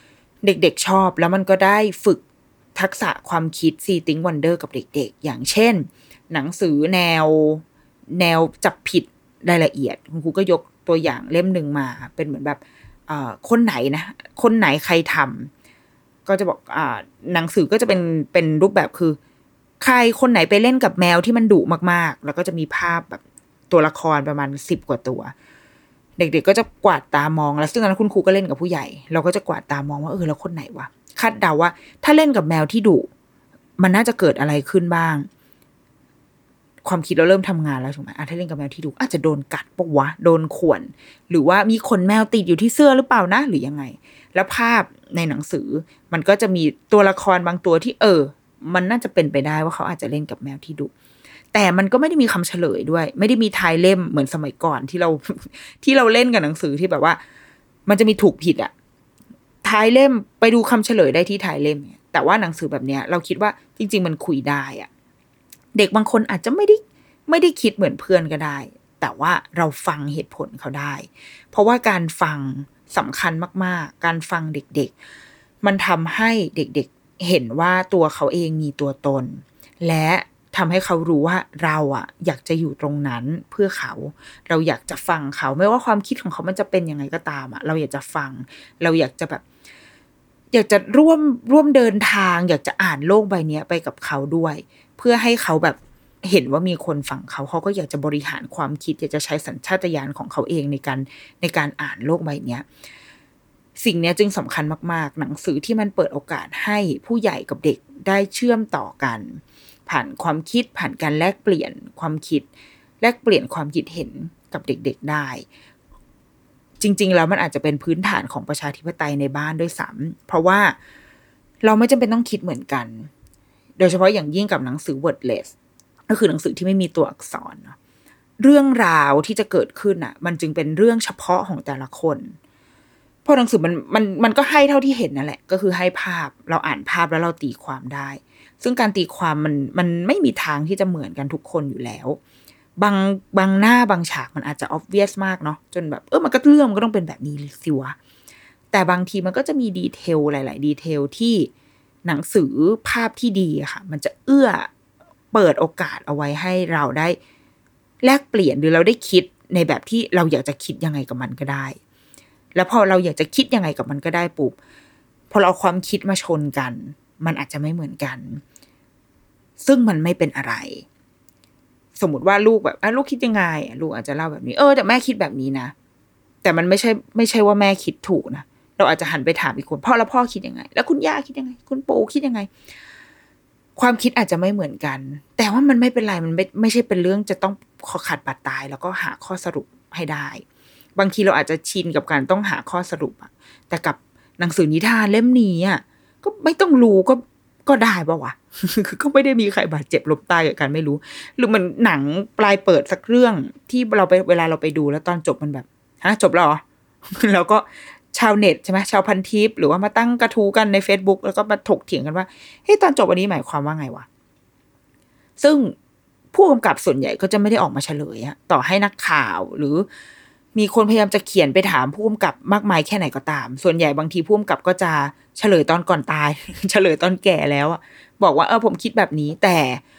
เด็กๆชอบแล้วมันก็ได้ฝึกทักษะความคิด See Think Wonder กับเด็กๆอย่างเช่นหนังสือแนวแนวจับผิดรายละเอียดคุณครูก็ยกตัวอย่างเล่มหนึ่งมาเป็นเหมือนแบบอ่าคนไหนนะคนไหนใครทำก็จะบอกอ่าหนังสือก็จะเป็นเป็นรูปแบบคือใครคนไหนไปเล่นกับแมวที่มันดุมากๆแล้วก็จะมีภาพแบบตัวละครประมาณสิบกว่าตัวเด็กๆก็จะกวาดตามองแล้วซึ่งตอนนั้นคุณครูก็เล่นกับผู้ใหญ่เราก็จะกวาดตามองว่าเออแล้วคนไหนวะคาดเดาว่าถ้าเล่นกับแมวที่ดุมันน่าจะเกิดอะไรขึ้นบ้างความคิดเราเริ่มทำงานแล้วถูกไหมถ้าเล่นกับแมวที่ดุอาจจะโดนกัดปะวะโดนข่วนหรือว่ามีขนแมวติดอยู่ที่เสื้อหรือเปล่านะหรือยังไงแล้วภาพในหนังสือมันก็จะมีตัวละครบางตัวที่เออมันน่าจะเป็นไปได้ว่าเขาอาจจะเล่นกับแมวที่ดุแต่มันก็ไม่ได้มีคำเฉลยด้วยไม่ได้มีท้ายเล่มเหมือนสมัยก่อนที่เรา ที่เราเล่นกับหนังสือที่แบบว่ามันจะมีถูกผิดอะท้ายเล่มไปดูคำเฉลยได้ที่ท้ายเล่มแต่ว่าหนังสือแบบเนี้ยเราคิดว่าจริงๆมันคุยได้อะเด็กบางคนอาจจะไม่ได้ไม่ได้คิดเหมือนเพื่อนก็ได้แต่ว่าเราฟังเหตุผลเขาได้เพราะว่าการฟังสำคัญมากๆการฟังเด็กๆมันทำให้เด็กๆเห็นว่าตัวเขาเองมีตัวตนและทำให้เขารู้ว่าเราอ่ะอยากจะอยู่ตรงนั้นเพื่อเขาเราอยากจะฟังเขาไม่ว่าความคิดของเขามันจะเป็นยังไงก็ตามอ่ะเราอยากจะฟังเราอยากจะแบบอยากจะร่วมร่วมเดินทางอยากจะอ่านโลกใบนี้ไปกับเขาด้วยเพื่อให้เขาแบบเห็นว่ามีคนฟังเขาเขาก็อยากจะบริหารความคิดอยากจะใช้สัญชาตญาณของเขาเองในการในการอ่านโลกใบนี้สิ่งนี้จึงสำคัญมากๆหนังสือที่มันเปิดโอกาสให้ผู้ใหญ่กับเด็กได้เชื่อมต่อกันผ่านความคิดผ่านการแลกเปลี่ยนความคิดแลกเปลี่ยนความคิดเห็นกับเด็กๆได้จริงๆแล้วมันอาจจะเป็นพื้นฐานของประชาธิปไตยในบ้านด้วยซ้ำเพราะว่าเราไม่จำเป็นต้องคิดเหมือนกันโดยเฉพาะอย่างยิ่งกับหนังสือ wordless ก็คือหนังสือที่ไม่มีตัวอักษรเรื่องราวที่จะเกิดขึ้นอ่ะมันจึงเป็นเรื่องเฉพาะของแต่ละคนเพราะหนังสือมันมันมันก็ให้เท่าที่เห็นนั่นแหละก็คือให้ภาพเราอ่านภาพแล้วเราตีความได้ซึ่งการตีความมันมันไม่มีทางที่จะเหมือนกันทุกคนอยู่แล้วบางบางหน้าบางฉากมันอาจจะ obvious มากเนาะจนแบบเออมันก็เรื่องมันก็ต้องเป็นแบบนี้สิวะแต่บางทีมันก็จะมีดีเทลหลายๆดีเทลที่หนังสือภาพที่ดีอะค่ะมันจะเอื้อเปิดโอกาสเอาไว้ให้เราได้แลกเปลี่ยนหรือเราได้คิดในแบบที่เราอยากจะคิดยังไงกับมันก็ได้แล้วพอเราอยากจะคิดยังไงกับมันก็ได้ปุ๊บพอเราความคิดมาชนกันมันอาจจะไม่เหมือนกันซึ่งมันไม่เป็นอะไรสมมติว่าลูกแบบลูกคิดยังไงลูกอาจจะเล่าแบบนี้เออแต่แม่คิดแบบนี้นะแต่มันไม่ใช่ไม่ใช่ว่าแม่คิดถูกนะเราอาจจะหันไปถามอีกคนพ่อแล้วพ่อคิดยังไงแล้วคุณย่าคิดยังไงคุณปู่คิดยังไงความคิดอาจจะไม่เหมือนกันแต่ว่ามันไม่เป็นไรมันไม่ไม่ใช่เป็นเรื่องจะต้องขอขาดบาดตายแล้วก็หาข้อสรุปให้ได้บางทีเราอาจจะชินกับการต้องหาข้อสรุปอะแต่กับหนังสือนิทานเล่มนี้อะก็ไม่ต้องรู้ก็ก็ได้ป่ะวะ คือก็ไม่ได้มีใครบาดเจ็บล้มตายกับการไม่รู้หรือมันหนังปลายเปิดสักเรื่องที่เราไปเวลาเราไปดูแล้วตอนจบมันแบบฮะจบแล้วเหรอ แล้วก็ชาวเน็ตใช่ไหมชาวพันทิปหรือว่ามาตั้งกระทู้กันใน Facebook แล้วก็มาถกเถียงกันว่าเฮ้ยตอนจบวันนี้หมายความว่าไงวะซึ่งผู้กำกับส่วนใหญ่ก็จะไม่ได้ออกมาเฉลยอะต่อให้นักข่าวหรือมีคนพยายามจะเขียนไปถามผู้กำกับมากมายแค่ไหนก็ตามส่วนใหญ่บางทีผู้กำกับก็จะเฉลยตอนก่อนตาย เฉลยตอนแก่แล้วอะบอกว่าเออผมคิดแบบนี้แต่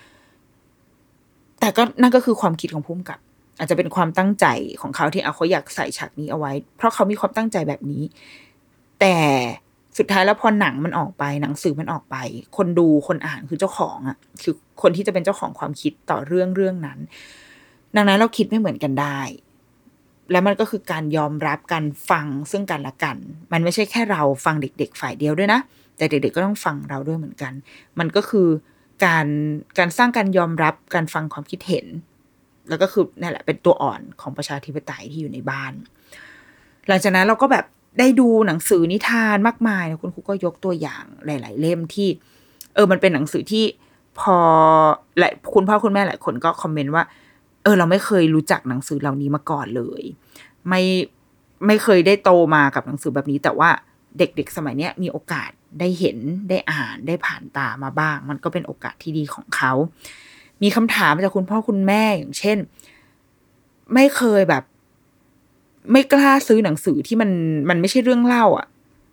แต่ก็นั่นก็คือความคิดของผู้กำกับอาจจะเป็นความตั้งใจของเขาที่เอาเขาอยากใส่ฉากนี้เอาไว้เพราะเขามีความตั้งใจแบบนี้แต่สุดท้ายแล้วพอหนังมันออกไปหนังสือมันออกไปคนดูคนอ่านคือเจ้าของอ่ะคือคนที่จะเป็นเจ้าของความคิดต่อเรื่องเรื่องนั้นดังนั้นเราคิดไม่เหมือนกันได้และมันก็คือการยอมรับการฟังซึ่งกันและกันมันไม่ใช่แค่เราฟังเด็กๆฝ่ายเดียวด้วยนะแต่เด็กๆก็ต้องฟังเราด้วยเหมือนกันมันก็คือการการสร้างการยอมรับการฟังความคิดเห็นแล้วก็คือนั่นแหละเป็นตัวอ่อนของประชาธิปไตยที่อยู่ในบ้านหลังจากนั้นเราก็แบบได้ดูหนังสือนิทานมากมายนะคุณครูก็ยกตัวอย่างหลายๆเล่มที่เออมันเป็นหนังสือที่พอหลายคุณพ่อคุณแม่หลายคนก็คอมเมนต์ว่าเออเราไม่เคยรู้จักหนังสือเหล่านี้มาก่อนเลยไม่ไม่เคยได้โตมากับหนังสือแบบนี้แต่ว่าเด็กๆสมัยเนี้ยมีโอกาสได้เห็นได้อ่านได้ผ่านตามาบ้างมันก็เป็นโอกาสที่ดีของเขามีคำถามจากคุณพ่อคุณแม่อย่างเช่นไม่เคยแบบไม่กล้าซื้อหนังสือที่มันมันไม่ใช่เรื่องเล่าอ่ะ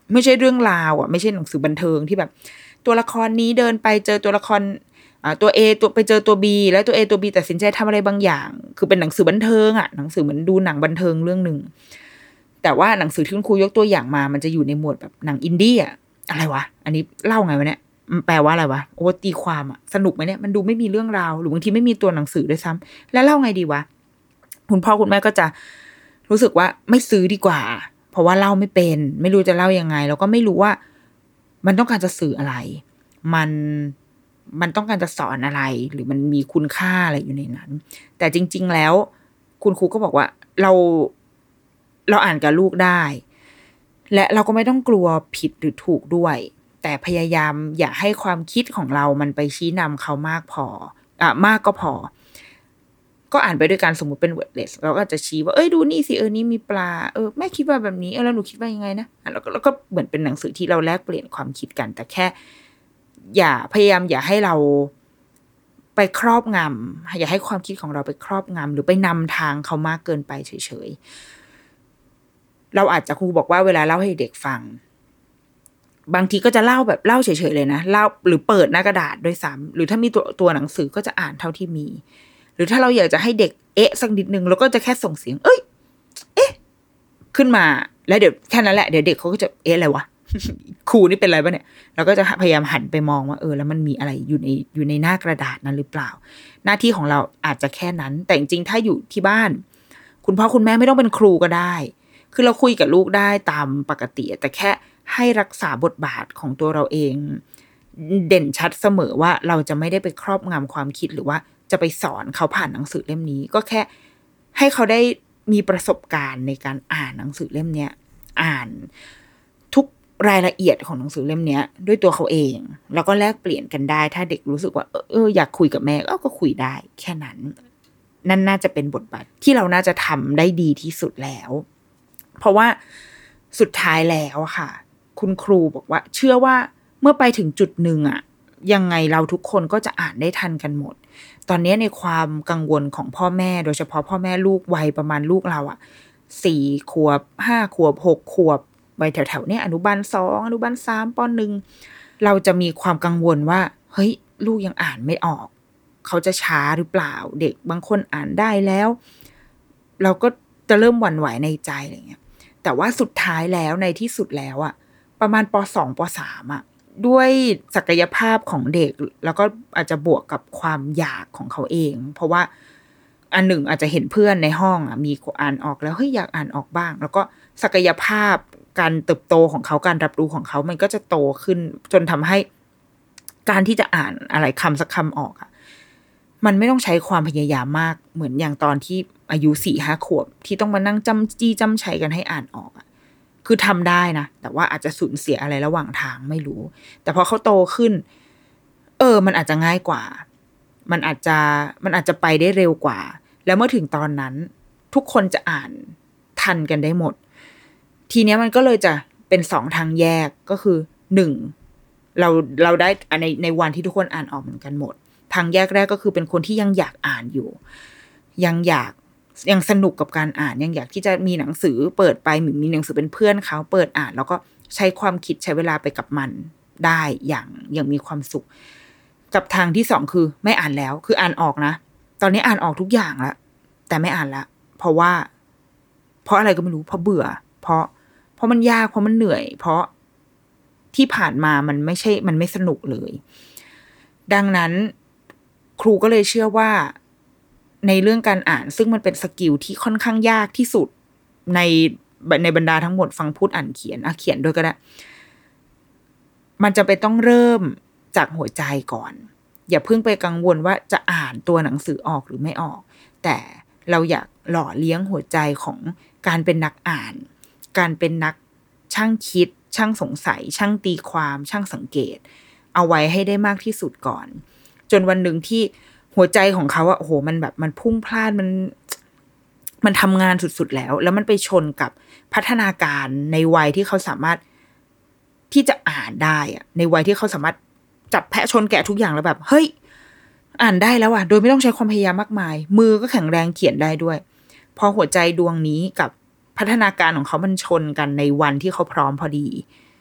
ไม่ใช่เรื่องราวอ่ะไม่ใช่หนังสือบันเทิงที่แบบตัวละครนี้เดินไปเจอตัวละครอ่าตัว A ตัวไปเจอตัว B แล้วตัว A ตัว B ตัดสินใจทำอะไรบางอย่างคือเป็นหนังสือบันเทิงอ่ะหนังสือเหมือนดูหนังบันเทิงเรื่องนึงแต่ว่าหนังสือที่คุณครูยกตัวอย่างมามันจะอยู่ในหมวดแบบหนังอินดี้อ่ะอะไรวะอันนี้เล่าไงวะเนี่ยแปลว่าอะไรวะโอ้ตีความอ่ะสนุกไหมเนี่ยมันดูไม่มีเรื่องราวหรือบางทีไม่มีตัวหนังสือด้วยซ้ำแล้วเล่าไงดีวะคุณพ่อคุณแม่ก็จะรู้สึกว่าไม่ซื้อดีกว่าเพราะว่าเล่าไม่เป็นไม่รู้จะเล่ายังไงแล้วก็ไม่รู้ว่ามันต้องการจะสื่ออะไรมันมันต้องการจะสอนอะไรหรือมันมีคุณค่าอะไรอยู่ในนั้นแต่จริงๆแล้วคุณครูก็บอกว่าเราเราอ่านกับลูกได้และเราก็ไม่ต้องกลัวผิดหรือถูกด้วยแต่พยายามอย่าให้ความคิดของเรามันไปชี้นำเขามากพออ่ะมากก็พอก็อ่านไปด้วยกันสมมุติเป็น wordless เราก็จะชี้ว่าเอ้ยดูนี่สิเออนี่มีปลาเออแม่คิดว่าแบบนี้เออแล้วหนูคิดว่ายังไงนะแล้วก็แล้วก็เหมือนเป็นหนังสือที่เราแลกเปลี่ยนความคิดกันแต่แค่อย่าพยายามอย่าให้เราไปครอบงำอย่าให้ความคิดของเราไปครอบงำหรือไปนำทางเขามากเกินไปเฉยๆเราอาจจะครูบอกว่าเวลาเล่าให้เด็กฟังบางทีก็จะเล่าแบบเล่าเฉยๆเลยนะเล่าหรือเปิดหน้ากระดาษด้วยซ้ำหรือถ้ามีตัวตัวหนังสือก็จะอ่านเท่าที่มีหรือถ้าเราอยากจะให้เด็กเอ๊ะสักนิดนึงเราก็จะแค่ส่งเสียงเอ้ยเอ๊ะขึ้นมาแล้วเดี๋ยวแค่นั้นแหละเดี๋ยวเด็กเขาก็จะเอ๊ะอะไรวะ ครูนี่เป็นอะไรปะเนี่ยเราก็จะพยายามหันไปมองว่าเออแล้วมันมีอะไรอยู่ในอยู่ในหน้ากระดาษนั้นหรือเปล่าหน้าที่ของเราอาจจะแค่นั้นแต่จริงๆถ้าอยู่ที่บ้านคุณพ่อคุณแม่ไม่ต้องเป็นครูก็ได้คือเราคุยกับลูกได้ตามปกติแต่แค่ให้รักษาบทบาทของตัวเราเองเด่นชัดเสมอว่าเราจะไม่ได้ไปครอบงำความคิดหรือว่าจะไปสอนเขาผ่านหนังสือเล่มนี้ก็แค่ให้เขาได้มีประสบการณ์ในการอ่านหนังสือเล่มเนี้ยอ่านทุกรายละเอียดของหนังสือเล่มเนี้ยด้วยตัวเขาเองแล้วก็แลกเปลี่ยนกันได้ถ้าเด็กรู้สึกว่าเออเอออยากคุยกับแม่ก็ก็คุยได้แค่นั้นนั่นน่าจะเป็นบทบาทที่เราน่าจะทำได้ดีที่สุดแล้วเพราะว่าสุดท้ายแล้วค่ะคุณครูบอกว่าเชื่อว่าเมื่อไปถึงจุดหนึ่งอะยังไงเราทุกคนก็จะอ่านได้ทันกันหมดตอนนี้ในความกังวลของพ่อแม่โดยเฉพาะพ่อแม่ลูกวัยประมาณลูกเราอะสี่ขวบห้าขวบหกขวบวัยแถวๆเนี้ยอนุบาลสองอนุบาลสามปหนึ่งเราจะมีความกังวลว่าเฮ้ยลูกยังอ่านไม่ออกเขาจะช้าหรือเปล่าเด็กบางคนอ่านได้แล้วเราก็จะเริ่มหวั่นไหวในใจอะไรเงี้ยแต่ว่าสุดท้ายแล้วในที่สุดแล้วอะประมาณปสองปสามอะด้วยศักยภาพของเด็กแล้วก็อาจจะบวกกับความอยากของเขาเองเพราะว่าอันหนึ่งอาจจะเห็นเพื่อนในห้องอ่ะมีอ่านออกแล้วเฮ้ยอยากอ่านออกบ้างแล้วก็ศักยภาพการเติบโตของเขาการรับรู้ของเขามันก็จะโตขึ้นจนทำให้การที่จะอ่านอะไรคำสักคำออกอ่ะมันไม่ต้องใช้ความพยายามมากเหมือนอย่างตอนที่อายุสี่ห้าขวบที่ต้องมานั่งจำจี้จำชัยกันให้อ่านออกอ่ะคือทำได้นะแต่ว่าอาจจะสูญเสียอะไรระหว่างทางไม่รู้แต่พอเขาโตขึ้นเออมันอาจจะง่ายกว่ามันอาจจะมันอาจจะไปได้เร็วกว่าแล้วเมื่อถึงตอนนั้นทุกคนจะอ่านทันกันได้หมดทีเนี้ยมันก็เลยจะเป็นสองทางแยกก็คือหนึ่งเราเราได้ในในวันที่ทุกคนอ่านออกเหมือนกันหมดทางแยกแรกก็คือเป็นคนที่ยังอยากอ่านอยู่ยังอยากยังสนุกกับการอ่านยังอยากที่จะมีหนังสือเปิดไปเหมือนมีหนังสือเป็นเพื่อนเขาเปิดอ่านแล้วก็ใช้ความคิดใช้เวลาไปกับมันได้อย่างอย่างมีความสุขกับทางที่สองคือไม่อ่านแล้วคืออ่านออกนะตอนนี้อ่านออกทุกอย่างแล้วแต่ไม่อ่านละเพราะว่าเพราะอะไรก็ไม่รู้เพราะเบื่อเพราะเพราะมันยากเพราะมันเหนื่อยเพราะที่ผ่านมามันไม่ใช่มันไม่สนุกเลยดังนั้นครูก็เลยเชื่อว่าในเรื่องการอ่านซึ่งมันเป็นสกิลที่ค่อนข้างยากที่สุดในในบรรดาทั้งหมดฟังพูดอ่านเขียนอ่ะเขียนด้วยก็ได้มันจะไปต้องเริ่มจากหัวใจก่อนอย่าเพิ่งไปกังวลว่าจะอ่านตัวหนังสือออกหรือไม่ออกแต่เราอยากหล่อเลี้ยงหัวใจของการเป็นนักอ่านการเป็นนักช่างคิดช่างสงสัยช่างตีความช่างสังเกตเอาไว้ให้ได้มากที่สุดก่อนจนวันหนึ่งที่หัวใจของเขาอะโอ้โหมันแบบมันพุ่งพล่านมันมันทำงานสุดๆแล้วแล้วมันไปชนกับพัฒนาการในวัยที่เขาสามารถที่จะอ่านได้อะในวัยที่เขาสามารถจับแพะชนแกะทุกอย่างแล้วแบบเฮ้ยอ่านได้แล้วอะโดยไม่ต้องใช้ความพยายามมากมายมือก็แข็งแรงเขียนได้ด้วยพอหัวใจดวงนี้กับพัฒนาการของเขามันชนกันในวันที่เขาพร้อมพอดี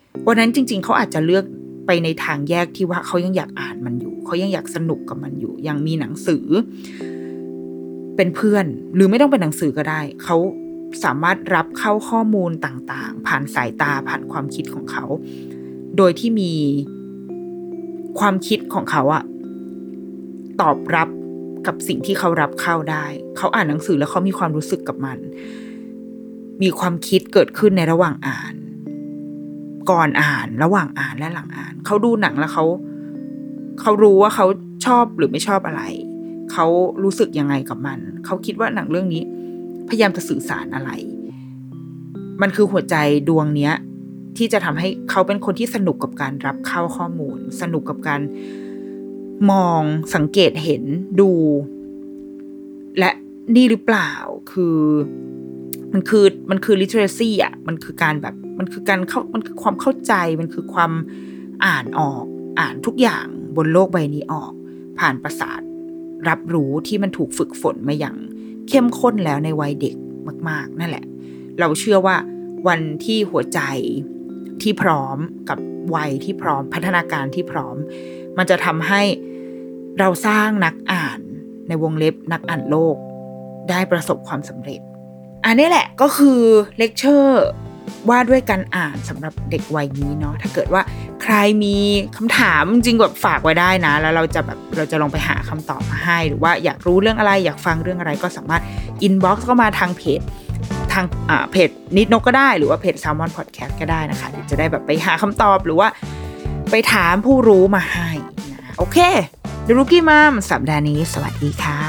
วันนั้นจริงๆเขาอาจจะเลือกไปในทางแยกที่ว่าเขายังอยากอ่านมันอยู่เขายังอยากสนุกกับมันอยู่ยังมีหนังสือเป็นเพื่อนหรือไม่ต้องเป็นหนังสือก็ได้เขาสามารถรับเข้าข้อมูลต่างๆผ่านสายตาผ่านความคิดของเขาโดยที่มีความคิดของเขาอะตอบรับกับสิ่งที่เขารับเข้าได้เขาอ่านหนังสือแล้วเขามีความรู้สึกกับมันมีความคิดเกิดขึ้นในระหว่างอ่านก่อนอ่านระหว่างอ่านและหลังอ่านเขาดูหนังแล้วเขาเขารู้ว่าเขาชอบหรือไม่ชอบอะไรเขารู้สึกยังไงกับมันเขาคิดว่าหนังเรื่องนี้พยายามจะสื่อสารอะไรมันคือหัวใจดวงเนี้ยที่จะทำให้เขาเป็นคนที่สนุกกับการรับเข้าข้อมูลสนุกกับการมองสังเกตเห็นดูและนี่หรือเปล่าคือมันคือมันคือ literacy อ่ะมันคือการแบบมันคือการเข้ามันคือความเข้าใจมันคือความอ่านออกอ่านทุกอย่างบนโลกใบนี้ออกผ่านประสาทรับรู้ที่มันถูกฝึกฝนมาอย่างเข้มข้นแล้วในวัยเด็กมากๆนั่นแหละเราเชื่อว่าวันที่หัวใจที่พร้อมกับวัยที่พร้อมพัฒนาการที่พร้อมมันจะทำให้เราสร้างนักอ่านในวงเล็บนักอ่านโลกได้ประสบความสำเร็จอันนี้แหละก็คือเลคเชอร์ว่าด้วยการอ่านสำหรับเด็กวัยนี้เนาะถ้าเกิดว่าใครมีคำถามจริงแบบฝากไว้ได้นะแล้วเราจะแบบเราจะลองไปหาคำตอบมาให้หรือว่าอยากรู้เรื่องอะไรอยากฟังเรื่องอะไรก็สามารถอินบ็อกซ์เข้ามาทางเพจทางอ่าเพจนิดนกก็ได้หรือว่าเพจ Salmon Podcast ก็ได้นะคะเดี๋ยวจะได้แบบไปหาคำตอบหรือว่าไปถามผู้รู้มาให้นะโอเค The Rookie Mom สัปดาห์นี้สวัสดีค่ะ